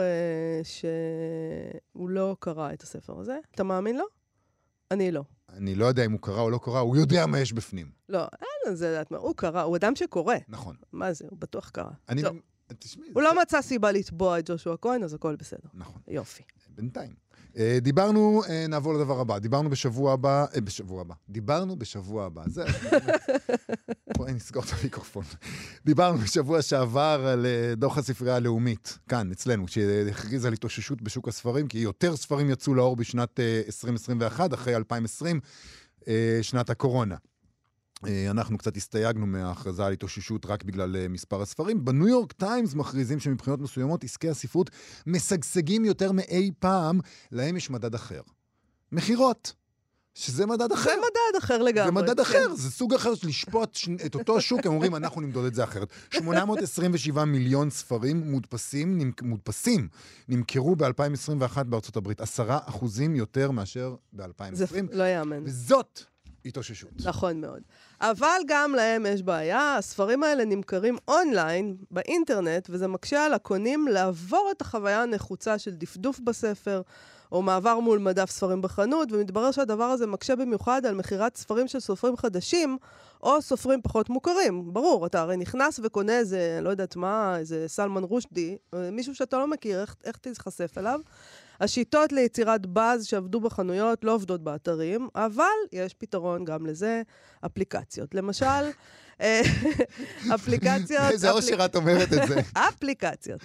שהוא לא קרא את הספר הזה. אתה מאמין לו? אני לא. אני לא יודע אם הוא קרא או לא קרא, הוא יודע מה יש בפנים. לא, אין זה לדעת מה, הוא קרא, הוא אדם שקורא. נכון. מה זה, הוא בטוח קרא. אני... לא. תשמעי, הוא לא מצא סיבה לתבוע את ג'ושוע כהן, אז הכל בסדר. נכון. יופי. בינתיים. דיברנו, נעבור לדבר הבא, דיברנו בשבוע הבא, בשבוע הבא, דיברנו בשבוע הבא, זה, בואי נסגור את המיקרופון. דיברנו בשבוע שעבר על דוח הספרייה הלאומית, כאן, אצלנו, שהכריז על התאוששות בשוק הספרים, כי יותר ספרים יצאו לאור בשנת עשרים עשרים ואחת, אחרי אלפיים עשרים, שנת הקורונה. אנחנו קצת הסתייגנו מההכרזה על התאוששות רק בגלל מספר הספרים. בניו יורק טיימס מכריזים שמבחינות מסוימות עסקי הספרות משגשגים יותר מאי פעם, להם יש מדד אחר. מחירות, שזה מדד אחר. זה מדד אחר לגמרי. זה מדד אחר, זה סוג אחר של לשפוט את אותו שוק, הם אומרים, אנחנו נמדוד את זה אחרת. שמונה מאות עשרים ושבעה מיליון ספרים מודפסים, מודפסים, נמכרו ב-אלפיים עשרים ואחת בארצות הברית, עשרה אחוזים יותר מאשר ב-אלפיים עשרים. זה לא יאמן. וזאת התאוששות. נכון מאוד. אבל גם להם יש בעיה, הספרים האלה נמכרים אונליין, באינטרנט, וזה מקשה על הקונים לעבור את החוויה הנחוצה של דפדוף בספר, או מעבר מול מדף ספרים בחנות, ומתברר שהדבר הזה מקשה במיוחד על מחירת ספרים של סופרים חדשים, או סופרים פחות מוכרים. ברור, אתה הרי נכנס וקונה איזה, לא יודעת מה, איזה סלמן רושדי, מישהו שאתה לא מכיר, איך, איך תתחשף אליו. השיטות ליצירת באז שעבדו בחנויות לא עובדות באתרים, אבל יש פתרון גם לזה, אפליקציות. למשל, אפליקציות... איזה אושר את אומרת את זה. אפליקציות.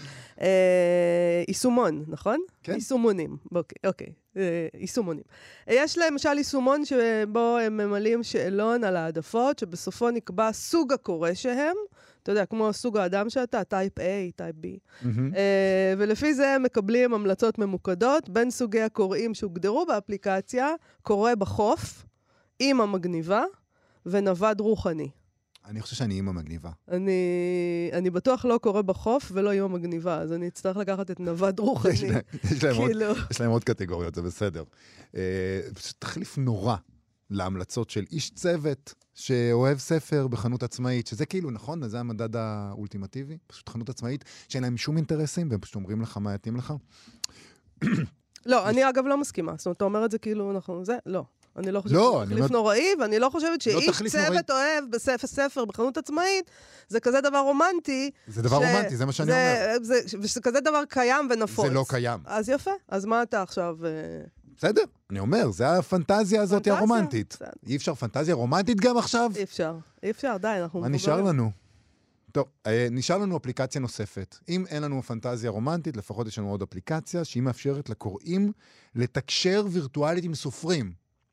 יישומון, נכון? כן. יישומונים. אוקיי, יישומונים. יש למשל יישומון שבו הם ממלאים שאלון על העדפות, שבסופו נקבע סוג הקורא שהם, אתה יודע, כמו סוג האדם שאתה, טייפ A, טייפ B. Mm-hmm. Uh, ולפי זה הם מקבלים המלצות ממוקדות בין סוגי הקוראים שהוגדרו באפליקציה, קורא בחוף, אימא מגניבה ונווד רוחני. אני חושב שאני אימא מגניבה. אני, אני בטוח לא קורא בחוף ולא אימא מגניבה, אז אני אצטרך לקחת את נווד רוחני. יש להם, יש להם, כאילו... עוד, יש להם עוד קטגוריות, זה בסדר. Uh, פשוט תחליף נורא להמלצות של איש צוות, שאוהב ספר בחנות עצמאית, שזה כאילו, נכון? זה המדד האולטימטיבי, פשוט חנות עצמאית, שאין להם שום אינטרסים, והם פשוט אומרים לך מה יתאים לך. לא, אני אגב לא מסכימה. זאת אומרת, אתה אומר את זה כאילו, נכון, זה? לא. אני לא חושבת לא, שזה תחליף נוראי, ואני לא חושבת שאיש צוות אוהב בספר ספר בחנות עצמאית, זה כזה דבר רומנטי. זה דבר רומנטי, זה מה שאני אומר. זה כזה דבר קיים ונפוץ. זה לא קיים. אז יפה, אז מה אתה עכשיו... בסדר, אני אומר, זה הפנטזיה הזאת הרומנטית. אי אפשר פנטזיה רומנטית גם עכשיו? אי אפשר, אי אפשר, די, אנחנו... מה נשאר לנו? טוב, נשאר לנו אפליקציה נוספת. אם אין לנו פנטזיה רומנטית, לפחות יש לנו עוד אפליקציה, שהיא מאפשרת לקוראים לתקשר וירטואלית עם סופרים.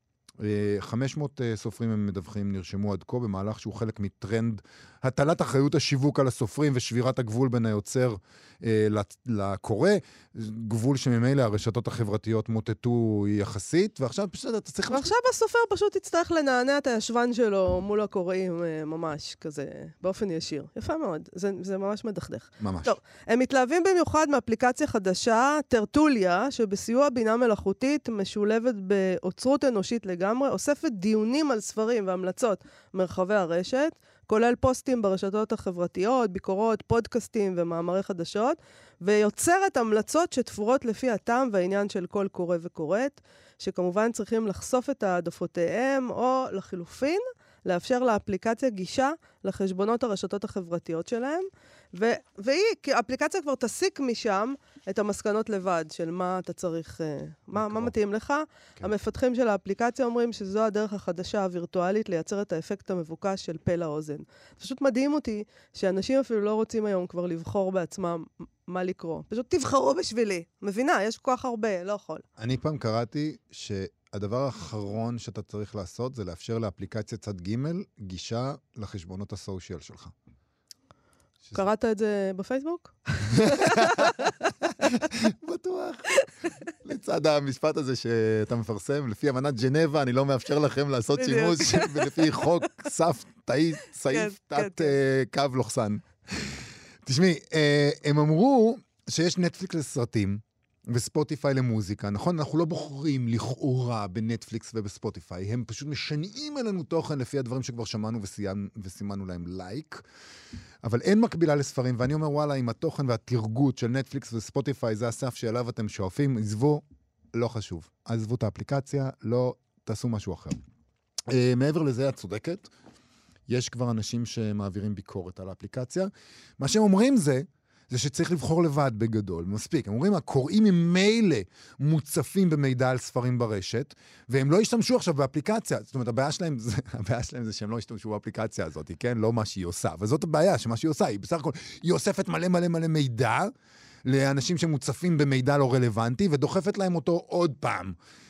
חמש מאות סופרים הם מדווחים נרשמו עד כה, במהלך שהוא חלק מטרנד הטלת אחריות השיווק על הסופרים ושבירת הגבול בין היוצר אה, לקורא, גבול שממילא הרשתות החברתיות מוטטו יחסית, ועכשיו פשוט אתה צריך... ועכשיו הסופר פשוט יצטרך לנענע את הישבן שלו מול הקוראים אה, ממש כזה, באופן ישיר. יפה מאוד, זה, זה ממש מדכדך. ממש. טוב, הם מתלהבים במיוחד מאפליקציה חדשה, טרטוליה, שבסיוע בינה מלאכותית משולבת באוצרות אנושית לגמרי, אוספת דיונים על ספרים והמלצות מרחבי הרשת, כולל פוסטים ברשתות החברתיות, ביקורות, פודקאסטים ומאמרי חדשות, ויוצרת המלצות שתפורות לפי הטעם והעניין של כל קורא וקוראת, שכמובן צריכים לחשוף את העדפותיהם, או לחילופין, לאפשר לאפליקציה גישה לחשבונות הרשתות החברתיות שלהם, ו- והיא, כי האפליקציה כבר תסיק משם את המסקנות לבד של מה אתה צריך, מה, מה מתאים לך. כן. המפתחים של האפליקציה אומרים שזו הדרך החדשה הווירטואלית לייצר את האפקט המבוקש של פה לאוזן. פשוט מדהים אותי שאנשים אפילו לא רוצים היום כבר לבחור בעצמם מה לקרוא. פשוט תבחרו בשבילי. מבינה, יש כל כך הרבה, לא יכול. אני פעם קראתי ש... הדבר האחרון שאתה צריך לעשות זה לאפשר לאפליקציה צד ג' גישה לחשבונות הסושיאל שלך. קראת את זה בפייסבוק? בטוח. לצד המשפט הזה שאתה מפרסם, לפי אמנת ג'נבה, אני לא מאפשר לכם לעשות שימוש, ולפי חוק סף סעיף תת קו לוחסן. תשמעי, הם אמרו שיש נטפליקס לסרטים, וספוטיפיי למוזיקה, נכון? אנחנו לא בוחרים לכאורה בנטפליקס ובספוטיפיי, הם פשוט משנעים אלינו תוכן לפי הדברים שכבר שמענו וסימנו להם לייק, אבל אין מקבילה לספרים, ואני אומר, וואלה, עם התוכן והתרגות של נטפליקס וספוטיפיי, זה הסף שאליו אתם שואפים, עזבו, לא חשוב. עזבו את האפליקציה, לא תעשו משהו אחר. Uh, מעבר לזה, את צודקת, יש כבר אנשים שמעבירים ביקורת על האפליקציה. מה שהם אומרים זה, זה שצריך לבחור לבד בגדול, מספיק. הם אומרים, הקוראים ממילא מוצפים במידע על ספרים ברשת, והם לא ישתמשו עכשיו באפליקציה. זאת אומרת, הבעיה שלהם זה, הבעיה שלהם זה שהם לא ישתמשו באפליקציה הזאת, כן? לא מה שהיא עושה. וזאת הבעיה, שמה שהיא עושה, היא בסך הכל, היא אוספת מלא מלא מלא מידע, לאנשים שמוצפים במידע לא רלוונטי, ודוחפת להם אותו עוד פעם.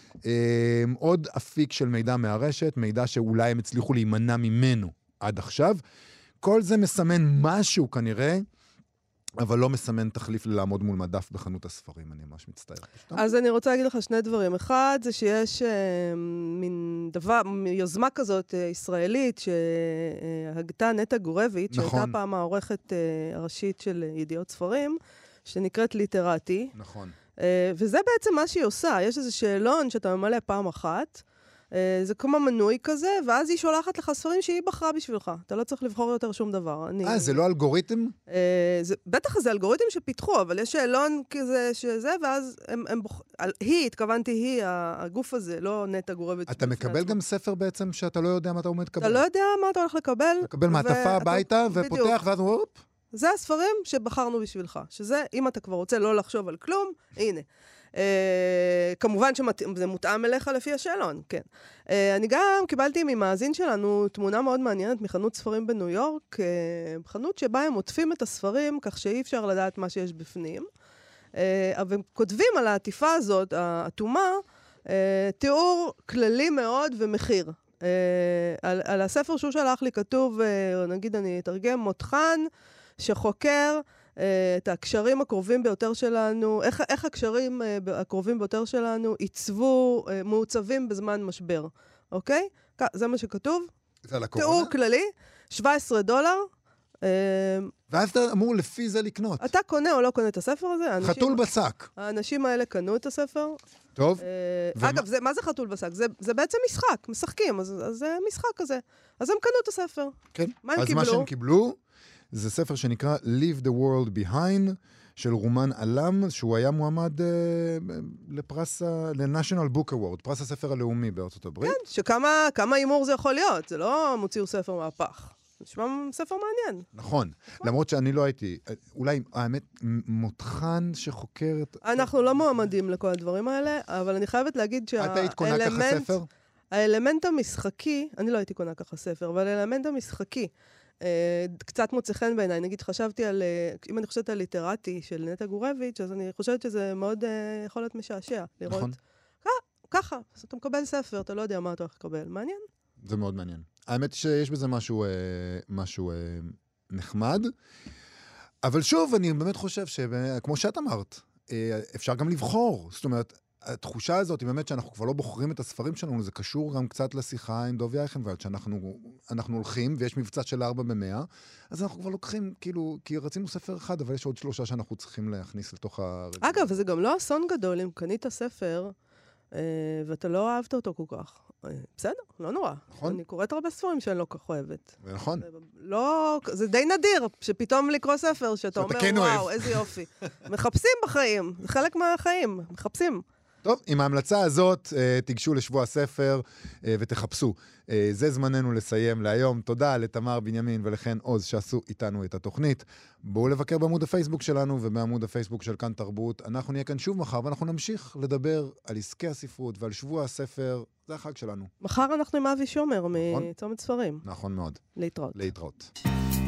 עוד אפיק של מידע מהרשת, מידע שאולי הם הצליחו להימנע ממנו עד עכשיו. כל זה מסמן משהו כנראה, אבל לא מסמן תחליף ללעמוד מול מדף בחנות הספרים, אני ממש מצטער. אז אני רוצה להגיד לך שני דברים. אחד, זה שיש אה, מין דבר, יוזמה כזאת אה, ישראלית, שהגתה נטע גורביץ', נכון. שהייתה פעם העורכת אה, הראשית של ידיעות ספרים, שנקראת ליטרטי. נכון. אה, וזה בעצם מה שהיא עושה. יש איזה שאלון שאתה ממלא פעם אחת, זה כמו מנוי כזה, ואז היא שולחת לך ספרים שהיא בחרה בשבילך. אתה לא צריך לבחור יותר שום דבר. אה, זה לא אלגוריתם? בטח זה אלגוריתם שפיתחו, אבל יש שאלון כזה שזה, ואז הם בוחרים... היא, התכוונתי היא, הגוף הזה, לא נטע גורביץ'. אתה מקבל גם ספר בעצם שאתה לא יודע מה אתה עומד לקבל? אתה לא יודע מה אתה הולך לקבל. לקבל מעטפה הביתה ופותח, ואז וופ. זה הספרים שבחרנו בשבילך. שזה, אם אתה כבר רוצה לא לחשוב על כלום, הנה. Uh, כמובן שזה מותאם אליך לפי השאלון, כן. Uh, אני גם קיבלתי ממאזין שלנו תמונה מאוד מעניינת מחנות ספרים בניו יורק, uh, חנות שבה הם עוטפים את הספרים, כך שאי אפשר לדעת מה שיש בפנים. Uh, אבל הם כותבים על העטיפה הזאת, האטומה, uh, תיאור כללי מאוד ומחיר. Uh, על, על הספר שהוא שלח לי כתוב, uh, נגיד אני אתרגם, מותחן שחוקר, את הקשרים הקרובים ביותר שלנו, איך, איך הקשרים הקרובים ביותר שלנו עיצבו, מעוצבים בזמן משבר, אוקיי? זה מה שכתוב. זה על הקורונה? תיאור כללי, שבעה עשר דולר. ואז אתה אמור לפי זה לקנות. אתה קונה או לא קונה את הספר הזה? האנשים, חתול בשק. האנשים האלה קנו את הספר. טוב. ומה... אגב, זה, מה זה חתול בשק? זה, זה בעצם משחק, משחקים, אז, אז זה משחק כזה. אז הם קנו את הספר. כן. מה הם אז קיבלו? מה שהם קיבלו... זה ספר שנקרא Leave the World Behind, של רומן אלם, שהוא היה מועמד אה, לפרס, ל-National Book Award, פרס הספר הלאומי בארצות הברית. כן, שכמה כמה אימור זה יכול להיות, זה לא מוציאו ספר מהפך. זה נשמע ספר מעניין. נכון, נכון, למרות שאני לא הייתי, אולי האמת, מותחן שחוקרת... אנחנו לא מועמדים לכל הדברים האלה, אבל אני חייבת להגיד שהאלמנט... את היית קונה ככה ספר? האלמנט המשחקי, אני לא הייתי קונה ככה ספר, אבל האלמנט המשחקי, קצת מוצא חן בעיניי. נגיד, חשבתי על, אם אני חושבת על ליטרטי של נטע גורביץ', אז אני חושבת שזה מאוד יכול להיות משעשע. לראות, נכון. ככה, אז אתה מקבל ספר, אתה לא יודע מה אתה הולך לקבל. מעניין? זה מאוד מעניין. האמת היא שיש בזה משהו, משהו נחמד, אבל שוב, אני באמת חושב שכמו שאת אמרת, אפשר גם לבחור. זאת אומרת, התחושה הזאת היא באמת שאנחנו כבר לא בוחרים את הספרים שלנו, זה קשור גם קצת לשיחה עם דובי אייכנוולד, שאנחנו אנחנו הולכים ויש מבצע של ארבע במאה, אז אנחנו כבר לוקחים, כאילו, כי רצינו ספר אחד, אבל יש עוד שלושה שאנחנו צריכים להכניס לתוך הרגע. אגב, זה גם לא אסון גדול אם קנית ספר, אה, ואתה לא אהבת אותו כל כך. אה, בסדר, לא נורא. נכון. אני קוראת הרבה ספרים שאני לא כך אוהבת. נכון. לא, זה די נדיר, שפתאום לקרוא ספר, שאתה אומר, כן וואו, אוהב. איזה יופי. מחפשים בחיים, זה חלק מהחיים, מחפשים. טוב, עם ההמלצה הזאת, תיגשו לשבוע הספר ותחפשו. זה זמננו לסיים להיום. תודה לתמר בנימין ולכן עוז שעשו איתנו את התוכנית. בואו לבקר בעמוד הפייסבוק שלנו ובעמוד הפייסבוק של כאן תרבות. אנחנו נהיה כאן שוב מחר ואנחנו נמשיך לדבר על עסקי הספרות ועל שבוע הספר. זה החג שלנו. מחר אנחנו עם אבי שומר מצומת ספרים. נכון מאוד. להתראות. להתראות.